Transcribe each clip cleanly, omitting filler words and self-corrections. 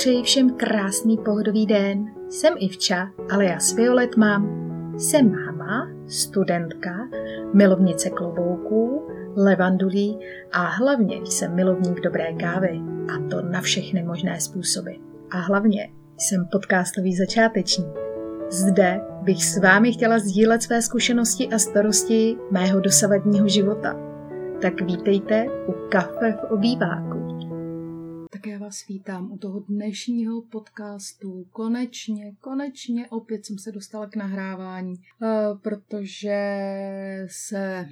přeji všem krásný pohodový den. Jsem Ivča, alias Violet mám. Jsem máma, studentka, milovnice klobouků, levandulí a hlavně jsem milovník dobré kávy. A to na všechny možné způsoby. A hlavně jsem podcastový začátečník. Zde bych s vámi chtěla sdílet své zkušenosti a starosti mého dosavadního života. Tak vítejte u Kafe v obýváku. Tak já vás vítám u toho dnešního podcastu. Konečně opět jsem se dostala k nahrávání, protože se,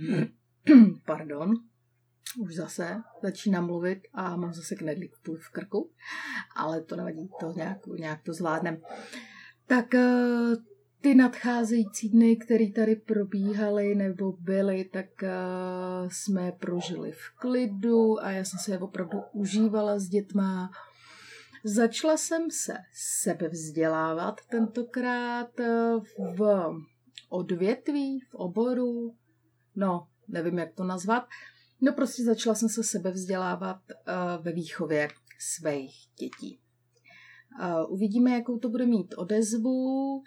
už zase začínám mluvit a mám zase knedlík v krku, ale to nevadí, to nějak to zvládnem. Tak ty nadcházející dny, které tady probíhaly nebo byly, tak jsme prožili v klidu a já jsem se je opravdu užívala s dětma. Začala jsem se sebevzdělávat tentokrát v odvětví, v oboru, nevím, jak to nazvat. Prostě začala jsem se sebevzdělávat ve výchově svých dětí. Uvidíme, jakou to bude mít odezvu.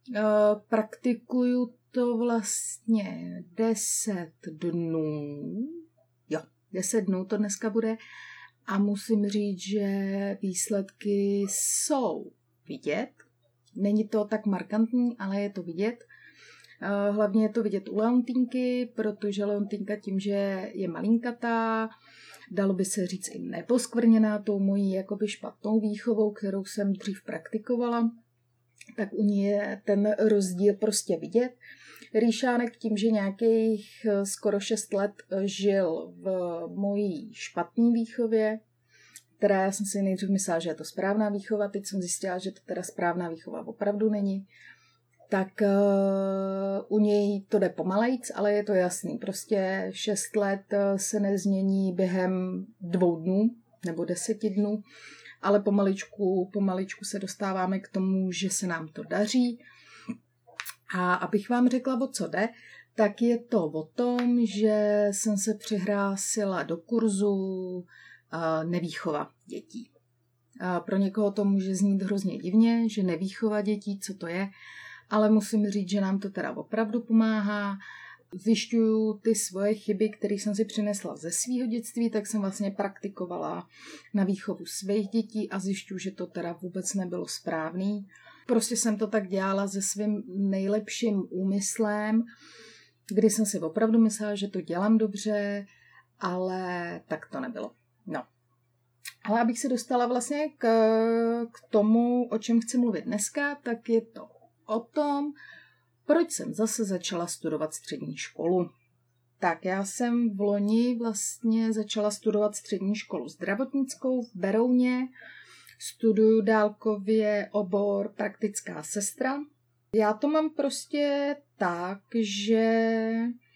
Praktikuju to vlastně 10 dnů. 10 dnů to dneska bude. A musím říct, že výsledky jsou vidět. Není to tak markantní, ale je to vidět. Hlavně je to vidět u Leontýnky, protože Leontýnka tím, že je malinkatá, dalo by se říct i neposkvrněná tou mojí jakoby špatnou výchovou, kterou jsem dřív praktikovala, tak u ní je ten rozdíl prostě vidět. Rýšánek tím, že nějakých skoro 6 let žil v mojí špatné výchově, která já jsem si nejdřív myslela, že je to správná výchova, teď jsem zjistila, že to teda správná výchova opravdu není, tak u něj to jde pomalejc, ale je to jasný. Prostě 6 let se nezmění během 2 dnů nebo 10 dnů, ale pomaličku se dostáváme k tomu, že se nám to daří. A abych vám řekla, o co jde, tak je to o tom, že jsem se přihlásila do kurzu nevýchova dětí. Pro někoho to může znít hrozně divně, že nevýchova dětí, co to je, ale musím říct, že nám to teda opravdu pomáhá. Zjišťuju ty svoje chyby, které jsem si přinesla ze svého dětství, tak jsem vlastně praktikovala na výchovu svých dětí a zjišťuju, že to teda vůbec nebylo správný. Prostě jsem to tak dělala se svým nejlepším úmyslem, kdy jsem si opravdu myslela, že to dělám dobře, ale tak to nebylo. Ale abych se dostala vlastně k tomu, o čem chci mluvit dneska, tak je to o tom, proč jsem zase začala studovat střední školu. Tak já jsem v loni vlastně začala studovat střední školu zdravotnickou v Berouně. Studuju dálkově obor praktická sestra. Já to mám prostě tak, že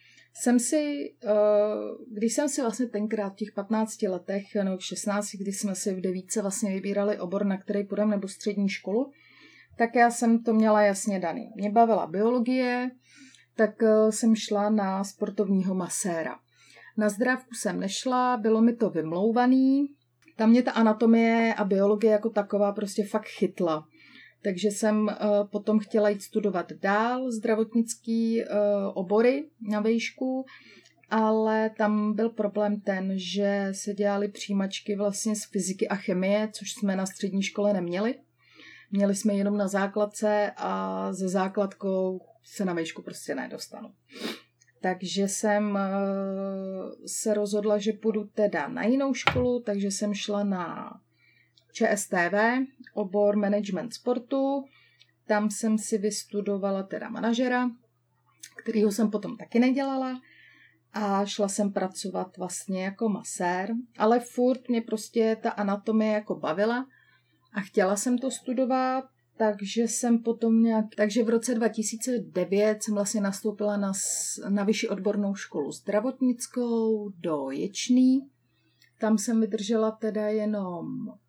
když jsem si vlastně tenkrát v těch 15 letech nebo 16, kdy jsme si v 9 vlastně vybírali obor, na který půjdeme, nebo střední školu, tak já jsem to měla jasně daný. Mě bavila biologie, tak jsem šla na sportovního maséra. Na zdravku jsem nešla, bylo mi to vymlouvaný. Tam mě ta anatomie a biologie jako taková prostě fakt chytla. Takže jsem potom chtěla jít studovat dál zdravotnický obory na výšku, ale tam byl problém ten, že se dělaly přijímačky vlastně z fyziky a chemie, což jsme na střední škole neměli. Měli jsme jenom na základce a se základkou se na výšku prostě nedostanu. Takže jsem se rozhodla, že půjdu teda na jinou školu, takže jsem šla na ČSTV, obor management sportu. Tam jsem si vystudovala teda manažera, kterýho jsem potom taky nedělala a šla jsem pracovat vlastně jako masér, ale furt mě prostě ta anatomie jako bavila a chtěla jsem to studovat, takže jsem potom takže v roce 2009 jsem vlastně nastoupila na vyšší odbornou školu zdravotnickou do Ječný. Tam jsem vydržela teda jenom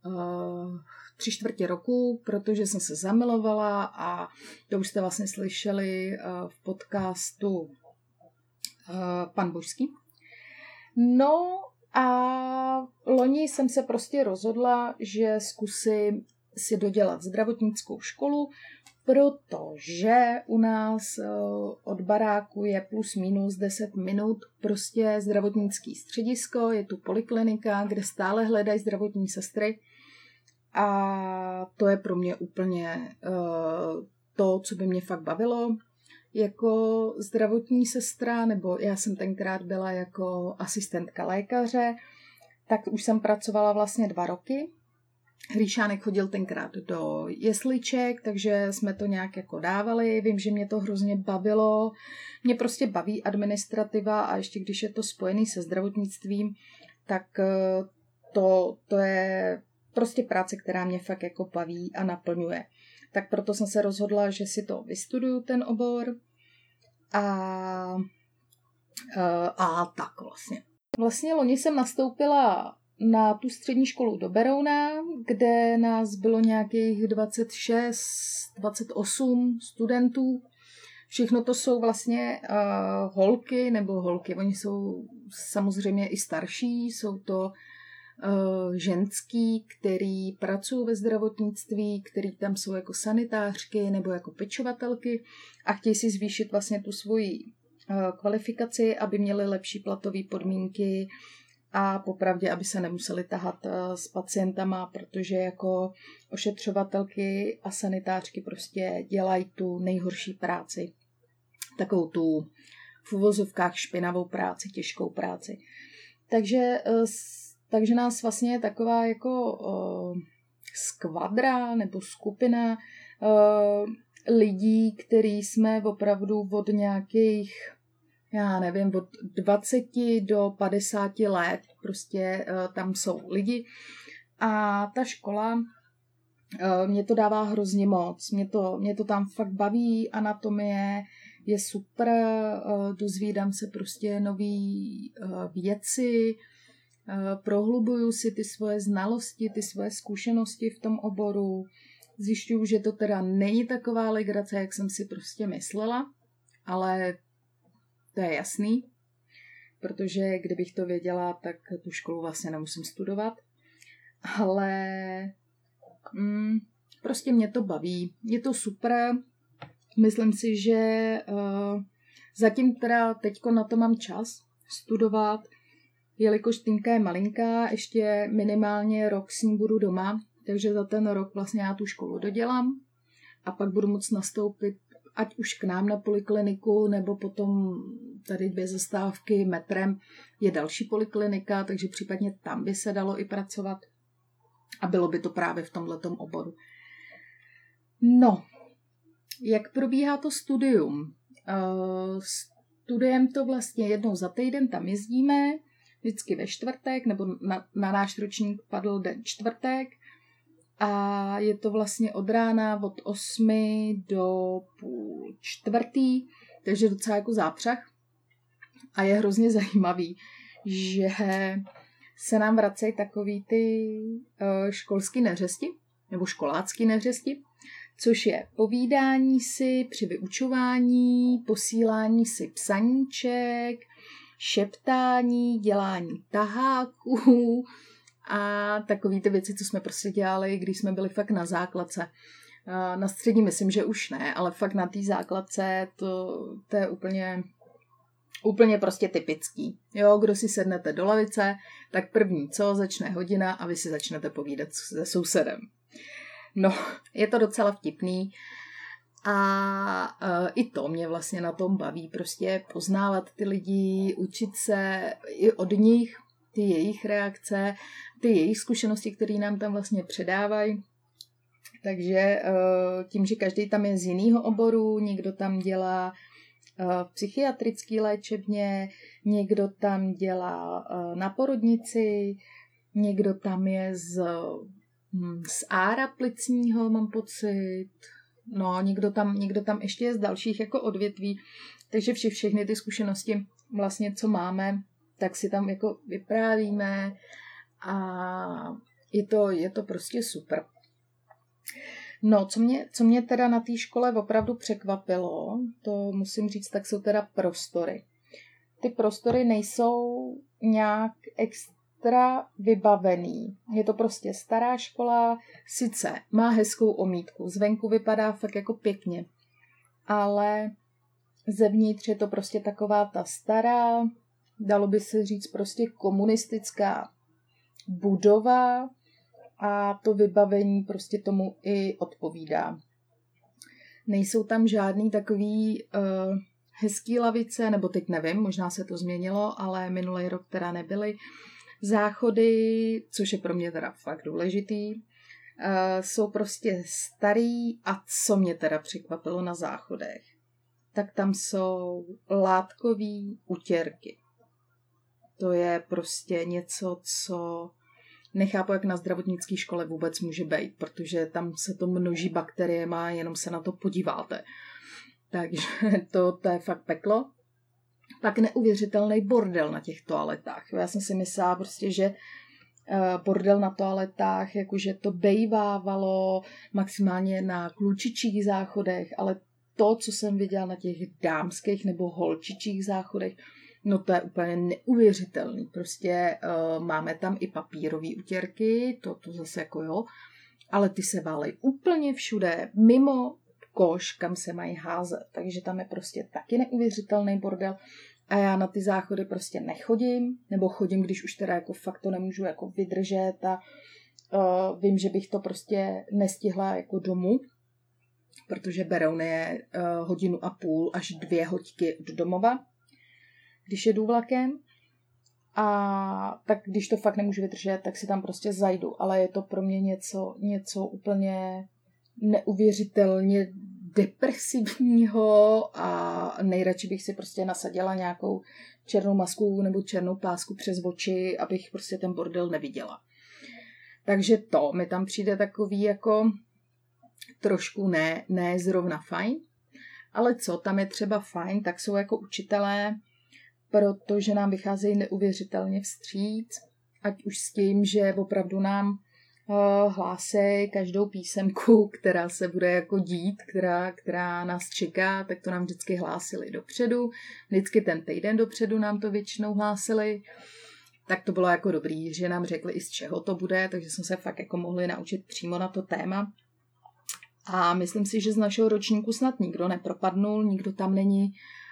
3/4 roku, protože jsem se zamilovala a to už jste vlastně slyšeli v podcastu Pan Božský. No a loni jsem se prostě rozhodla, že zkusím si dodělat zdravotnickou školu, protože u nás od baráku je plus minus 10 minut prostě zdravotnický středisko, je tu poliklinika, kde stále hledají zdravotní sestry a to je pro mě úplně to, co by mě fakt bavilo. Jako zdravotní sestra, nebo já jsem tenkrát byla jako asistentka lékaře, tak už jsem pracovala vlastně 2 roky. Hříšánek chodil tenkrát do jesliček, takže jsme to nějak jako dávali. Vím, že mě to hrozně bavilo. Mě prostě baví administrativa a ještě když je to spojený se zdravotnictvím, tak to je prostě práce, která mě fakt jako baví a naplňuje. Tak proto jsem se rozhodla, že si to vystuduju, ten obor. A tak vlastně. Vlastně loni jsem nastoupila na tu střední školu do Berouna, kde nás bylo nějakých 26, 28 studentů. Všechno to jsou vlastně holky, oni jsou samozřejmě i starší, jsou to ženský, který pracují ve zdravotnictví, který tam jsou jako sanitářky nebo jako pečovatelky a chtějí si zvýšit vlastně tu svoji kvalifikaci, aby měli lepší platové podmínky a popravdě, aby se nemuseli tahat s pacientama, protože jako ošetřovatelky a sanitářky prostě dělají tu nejhorší práci. Takovou tu v uvozovkách špinavou práci, těžkou práci. Takže nás vlastně je taková jako skvadra nebo skupina lidí, který jsme opravdu od nějakých, já nevím, od 20 do 50 let, prostě tam jsou lidi. A ta škola, mě to dává hrozně moc, mě to tam fakt baví, anatomie je super, dozvídám se prostě nový věci, prohlubuju si ty svoje znalosti, ty svoje zkušenosti v tom oboru, zjišťuju, že to teda není taková legrace, jak jsem si prostě myslela, ale to je jasný, protože kdybych to věděla, tak tu školu vlastně nemusím studovat, ale prostě mě to baví, je to super, myslím si, že zatím teda teďko na to mám čas studovat, jelikož Týnka je malinká, ještě minimálně rok s ní budu doma, takže za ten rok vlastně já tu školu dodělám a pak budu moct nastoupit ať už k nám na polikliniku, nebo potom tady 2 zastávky metrem je další poliklinika, takže případně tam by se dalo i pracovat a bylo by to právě v tomhletom oboru. No, jak probíhá to studium? Studujeme to vlastně jednou za týden, tam jezdíme, vždycky ve čtvrtek, nebo na náš ročník padl den čtvrtek a je to vlastně od rána od 8 do 3:30, takže docela jako zápřah. A je hrozně zajímavý, že se nám vracejí takový ty školský neřesti, nebo školácký neřesti, což je povídání si při vyučování, posílání si psaníček, šeptání, dělání taháků a takový ty věci, co jsme prostě dělali, když jsme byli fakt na základce. Na střední myslím, že už ne, ale fakt na té základce to je úplně prostě typický. Jo, kdo si sednete do lavice, tak první začne hodina a vy si začnete povídat se sousedem. No, je to docela vtipný a i to mě vlastně na tom baví, prostě poznávat ty lidi, učit se i od nich, ty jejich reakce, ty jejich zkušenosti, které nám tam vlastně předávají. Takže tím, že každý tam je z jiného oboru, někdo tam dělá v psychiatrické léčebně, někdo tam dělá na porodnici, někdo tam je z ára plicního, mám pocit. No, někdo tam ještě je z dalších jako odvětví, takže všechny ty zkušenosti vlastně, co máme, tak si tam jako vyprávíme a je to prostě super. No, co mě teda na té škole opravdu překvapilo, to musím říct, tak jsou teda prostory. Ty prostory nejsou nějak extra extra vybavený. Je to prostě stará škola, sice má hezkou omítku, zvenku vypadá fakt jako pěkně, ale zevnitř je to prostě taková ta stará, dalo by se říct prostě komunistická budova a to vybavení prostě tomu i odpovídá. Nejsou tam žádný takový hezký lavice, nebo teď nevím, možná se to změnilo, ale minulý rok teda nebyly záchody, což je pro mě teda fakt důležitý. Jsou prostě starý a co mě teda překvapilo na záchodech, tak tam jsou látkový utěrky. To je prostě něco, co nechápu, jak na zdravotnické škole vůbec může být, protože tam se to množí bakteriema, jenom se na to podíváte. Takže to je fakt peklo. Pak neuvěřitelný bordel na těch toaletách. Já jsem si myslela prostě, že bordel na toaletách, jakože to bejvávalo maximálně na klučičích záchodech, ale to, co jsem viděla na těch dámských nebo holčičích záchodech, no to je úplně neuvěřitelný. Prostě máme tam i papírové utěrky, to zase jako jo, ale ty se válej úplně všude, mimo koš, kam se mají házet. Takže tam je prostě taky neuvěřitelný bordel. A já na ty záchody prostě nechodím, nebo chodím, když už teda jako fakt to nemůžu jako vydržet a vím, že bych to prostě nestihla jako domů, protože Beroun je 1,5 hodiny až 2 hoďky od domova, když jedu vlakem. A tak když to fakt nemůžu vydržet, tak si tam prostě zajdu. Ale je to pro mě něco úplně neuvěřitelně depresivního a nejradši bych si prostě nasadila nějakou černou masku nebo černou pásku přes oči, abych prostě ten bordel neviděla. Takže to mi tam přijde takový jako trošku ne zrovna fajn, ale co tam je třeba fajn, tak jsou jako učitelé, protože nám vycházejí neuvěřitelně vstříc, ať už s tím, že opravdu nám hlásí každou písemku, která se bude jako dít, která nás čeká, tak to nám vždycky hlásili dopředu. Vždycky ten týden dopředu nám to většinou hlásili. Tak to bylo jako dobrý, že nám řekli i z čeho to bude, takže jsme se fakt jako mohli naučit přímo na to téma. A myslím si, že z našeho ročníku snad nikdo nepropadnul, nikdo tam není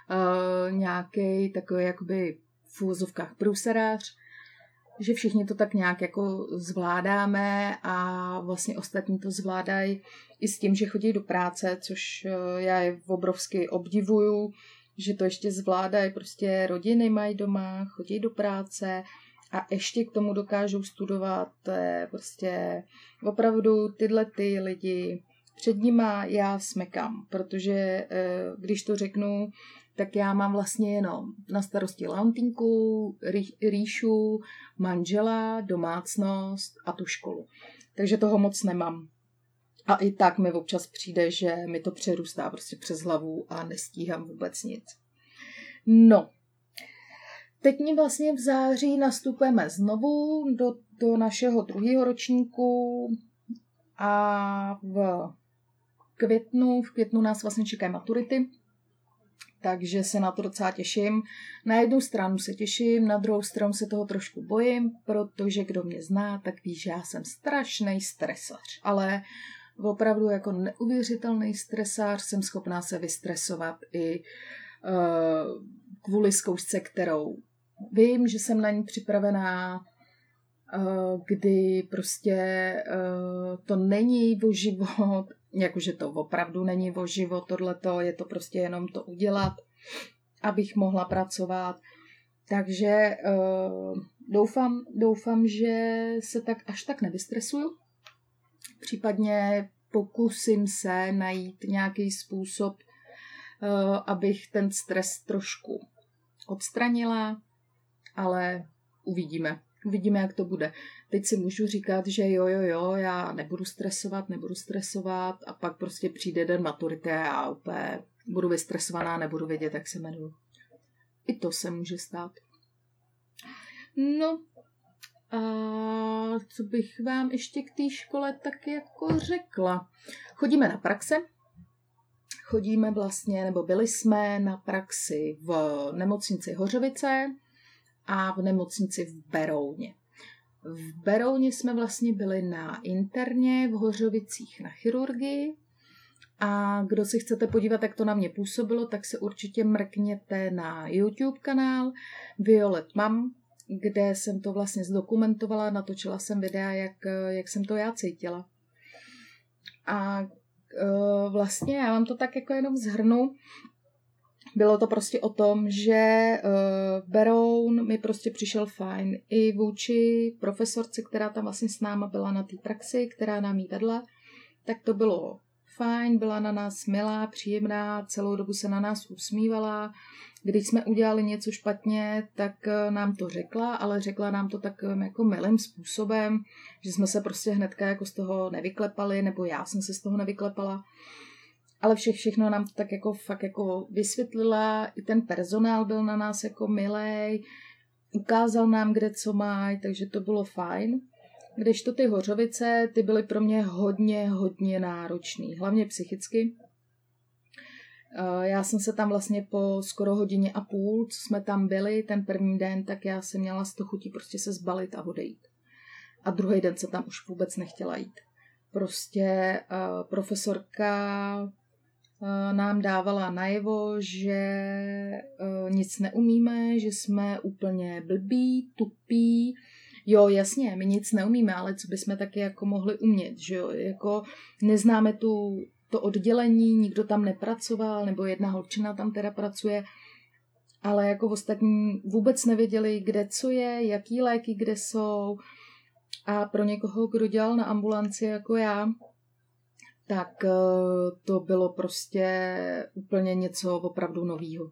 nějaký takový jakoby v úvozovkách průserář, že všichni to tak nějak jako zvládáme a vlastně ostatní to zvládají i s tím, že chodí do práce, což já je obrovsky obdivuju, že to ještě zvládají, prostě rodiny mají doma, chodí do práce a ještě k tomu dokážou studovat, to je prostě opravdu tyhle ty lidi, před nima já smekám, protože když to řeknu, tak já mám vlastně jenom na starosti Leontýnku, Ríšu, manžela, domácnost a tu školu. Takže toho moc nemám. A i tak mi občas přijde, že mi to přerůstá prostě přes hlavu a nestíhám vůbec nic. No, teď mi vlastně v září nastupujeme znovu do našeho 2. ročníku a v květnu nás vlastně čekají maturity, takže se na to docela těším. Na jednu stranu se těším, na druhou stranu se toho trošku bojím, protože kdo mě zná, tak ví, že já jsem strašný stresař. Ale opravdu jako neuvěřitelný stresář, jsem schopná se vystresovat i kvůli zkoušce, kterou vím, že jsem na ní připravená, kdy prostě to není o život, jakože to opravdu není o život, tohleto, je to prostě jenom to udělat, abych mohla pracovat. Takže doufám, že se tak až tak nevystresuju. Případně pokusím se najít nějaký způsob, abych ten stres trošku odstranila, ale uvidíme. Uvidíme, jak to bude. Teď si můžu říkat, že jo, já nebudu stresovat a pak prostě přijde den maturity a já úplně budu vystresovaná, nebudu vědět, jak se jmenuju. I to se může stát. No, a co bych vám ještě k té škole tak jako řekla. Chodíme na praxe. Chodíme vlastně, nebo byli jsme na praxi v nemocnici Hořovice a v nemocnici v Berouně. V Berouně jsme vlastně byli na interně, v Hořovicích na chirurgii. A kdo si chcete podívat, jak to na mě působilo, tak se určitě mrkněte na YouTube kanál Violet Mum, kde jsem to vlastně zdokumentovala, natočila jsem videa, jak jsem to já cítila. A vlastně já vám to tak jako jenom shrnu. Bylo to prostě o tom, že Beroun mi prostě přišel fajn i vůči profesorce, která tam vlastně s náma byla na té praxi, která nám jí vedla, tak to bylo fajn, byla na nás milá, příjemná, celou dobu se na nás usmívala. Když jsme udělali něco špatně, tak nám to řekla, ale řekla nám to takovým jako milým způsobem, že jsme se prostě hnedka jako z toho nevyklepali, nebo já jsem se z toho nevyklepala. Ale všechno nám to tak jako fakt jako vysvětlila, i ten personál byl na nás jako milej, ukázal nám, kde co mají, takže to bylo fajn. Kdežto ty Hořovice, ty byly pro mě hodně náročný, hlavně psychicky. Já jsem se tam vlastně po skoro 1,5 hodiny, co jsme tam byli ten první den, tak já jsem měla z toho chutí prostě se zbalit a odejít. A druhý den se tam už vůbec nechtěla jít. Prostě profesorka nám dávala najevo, že nic neumíme, že jsme úplně blbí, tupí. Jo, jasně, my nic neumíme, ale co bychom taky jako mohli umět, že jo, jako neznáme to oddělení, nikdo tam nepracoval, nebo jedna holčina tam teda pracuje, ale jako ostatní vůbec nevěděli, kde co je, jaký léky kde jsou. A pro někoho, kdo dělal na ambulanci jako já, tak to bylo prostě úplně něco opravdu novýho.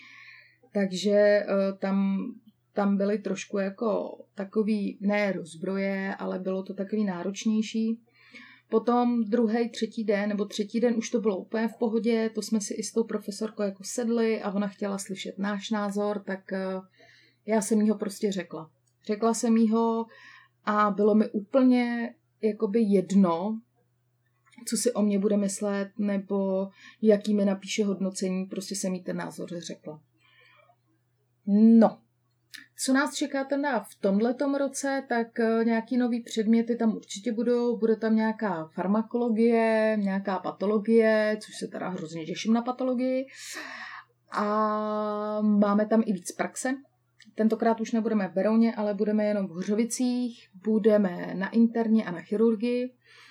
Takže tam byly trošku jako takový, ne rozbroje, ale bylo to takový náročnější. Potom třetí den už to bylo úplně v pohodě, to jsme si i s tou profesorkou jako sedli a ona chtěla slyšet náš názor, tak já jsem jí ho prostě řekla. Řekla jsem jí ho a bylo mi úplně jakoby jedno, co si o mě bude myslet, nebo jaký mi napíše hodnocení, prostě jsem jí ten názor řekla. No, co nás čeká teda v tomhletom roce, tak nějaký nový předměty tam určitě budou. Bude tam nějaká farmakologie, nějaká patologie, což se teda hrozně těším na patologii. A máme tam i víc praxe. Tentokrát už nebudeme v Berouně, ale budeme jenom v Hořovicích, budeme na interně a na chirurgii.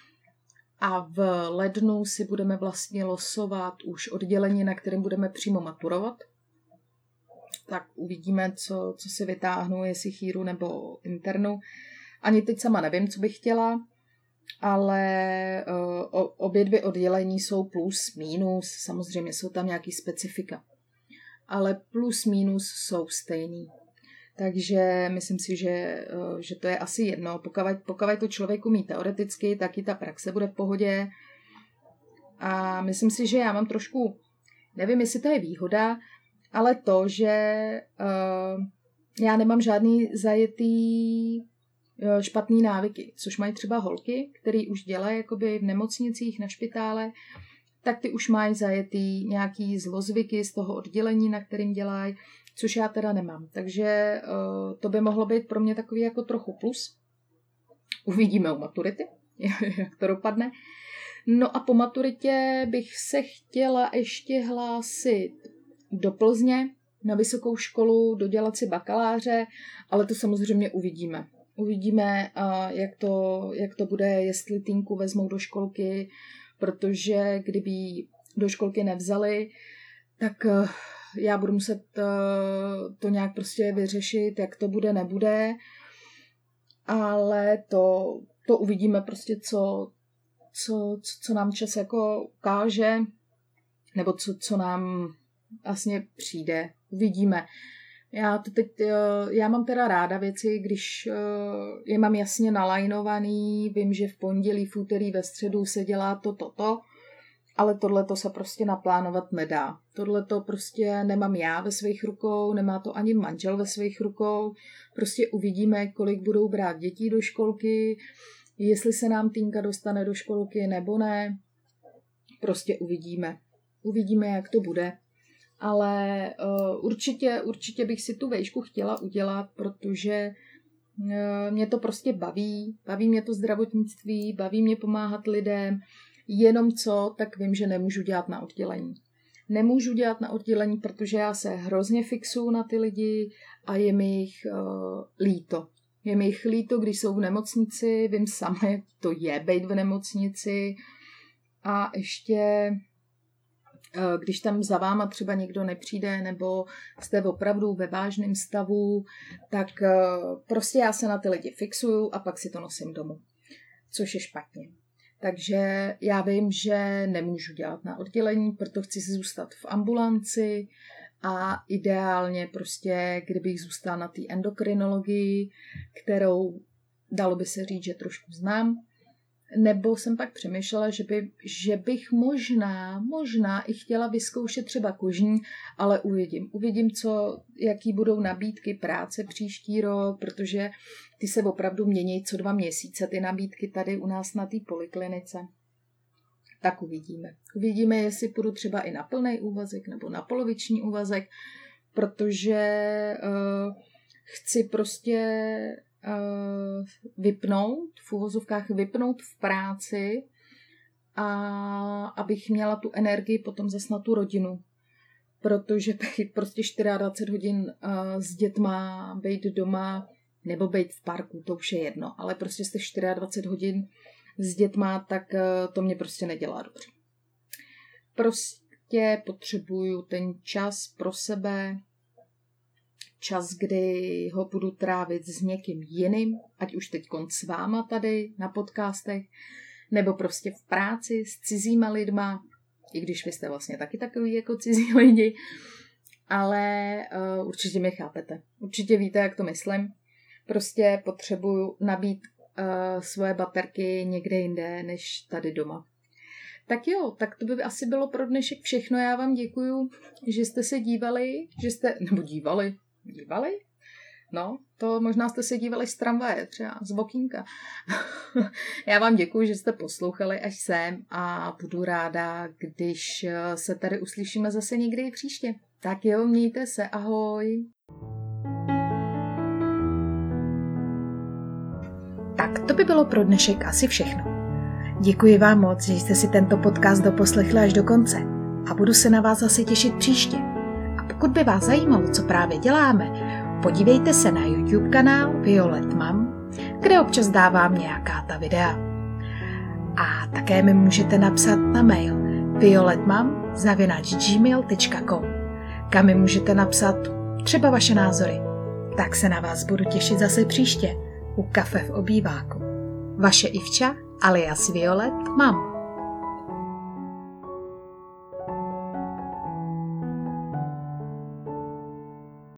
A v lednu si budeme vlastně losovat už oddělení, na kterém budeme přímo maturovat. Tak uvidíme, co si vytáhnu, jestli chýru nebo internu. Ani teď sama nevím, co bych chtěla, ale obě dvě oddělení jsou plus, minus, samozřejmě jsou tam nějaký specifika. Ale plus, minus jsou stejný. Takže myslím si, že to je asi jedno. Pokud to člověk umí teoreticky, tak i ta praxe bude v pohodě. A myslím si, že já mám trošku, nevím, jestli to je výhoda, ale to, že já nemám žádný zajetý špatný návyky, což mají třeba holky, které už dělají jakoby v nemocnicích, na špitále, tak ty už mají zajetý nějaký zlozvyky z toho oddělení, na kterým dělají, což já teda nemám. Takže to by mohlo být pro mě takový jako trochu plus. Uvidíme u maturity, jak to dopadne. No a po maturitě bych se chtěla ještě hlásit do Plzně na vysokou školu, dodělat si bakaláře, ale to samozřejmě uvidíme. Uvidíme, jak to bude, jestli Týnku vezmou do školky, protože kdyby do školky nevzali, tak já budu muset to nějak prostě vyřešit, jak to bude, nebude. Ale to uvidíme prostě, co nám čas jako ukáže, nebo co nám vlastně přijde. Uvidíme. Já mám teda ráda věci, když je mám jasně nalajnovaný, vím, že v pondělí, v úterý, ve středu se dělá to, ale tohleto se prostě naplánovat nedá. Tohleto prostě nemám já ve svých rukou, nemá to ani manžel ve svých rukou. Prostě uvidíme, kolik budou brát dětí do školky, jestli se nám Týnka dostane do školky nebo ne. Prostě uvidíme. Uvidíme, jak to bude. Ale určitě bych si tu vejšku chtěla udělat, protože Mě to prostě baví mě to zdravotnictví, baví mě pomáhat lidem, jenom co, tak vím, že nemůžu dělat na oddělení. Nemůžu dělat na oddělení, protože já se hrozně fixuju na ty lidi a je mi jich líto. Je mi jich líto, když jsou v nemocnici, vím sama, jak to je být v nemocnici a ještě když tam za váma třeba někdo nepřijde nebo jste opravdu ve vážném stavu, tak prostě já se na ty lidi fixuju a pak si to nosím domů, což je špatně. Takže já vím, že nemůžu dělat na oddělení, proto chci si zůstat v ambulanci a ideálně prostě, kdybych zůstala na té endokrinologii, kterou dalo by se říct, že trošku znám, nebo jsem pak přemýšlela, že bych možná i chtěla vyzkoušet třeba kožní, ale uvidím, jaký budou nabídky práce příští rok, protože ty se opravdu mění co 2 měsíce, ty nabídky tady u nás na té poliklinice. Tak uvidíme. Uvidíme, jestli půjdu třeba i na plný úvazek nebo na poloviční úvazek, protože chci prostě v uvozovkách vypnout v práci a abych měla tu energii potom zas na tu rodinu. Protože být prostě 24 hodin s dětma, být doma nebo být v parku, to už je jedno, ale prostě jste 24 hodin s dětma, tak to mě prostě nedělá dobře. Prostě potřebuju ten čas pro sebe, čas, kdy ho budu trávit s někým jiným, ať už teď s váma tady na podcastech, nebo prostě v práci s cizíma lidma, i když vy jste vlastně taky takový jako cizí lidi, ale určitě mě chápete. Určitě víte, jak to myslím. Prostě potřebuju nabít svoje baterky někde jinde, než tady doma. Tak jo, tak to by asi bylo pro dnešek všechno. Já vám děkuju, že jste se dívali. No, to možná jste se dívali z tramvaje, třeba z okýnka. Já vám děkuji, že jste poslouchali až sem a budu ráda, když se tady uslyšíme zase někdy příště. Tak jo, mějte se, ahoj. Tak to by bylo pro dnešek asi všechno. Děkuji vám moc, že jste si tento podcast doposlechli až do konce a budu se na vás zase těšit příště. A pokud by vás zajímalo, co právě děláme, podívejte se na YouTube kanál Violet Mum, kde občas dávám nějaká ta videa. A také mi můžete napsat na mail violetmum@gmail.com, kam mi můžete napsat třeba vaše názory. Tak se na vás budu těšit zase příště u kafe v obýváku. Vaše Ivča alias Violet Mum.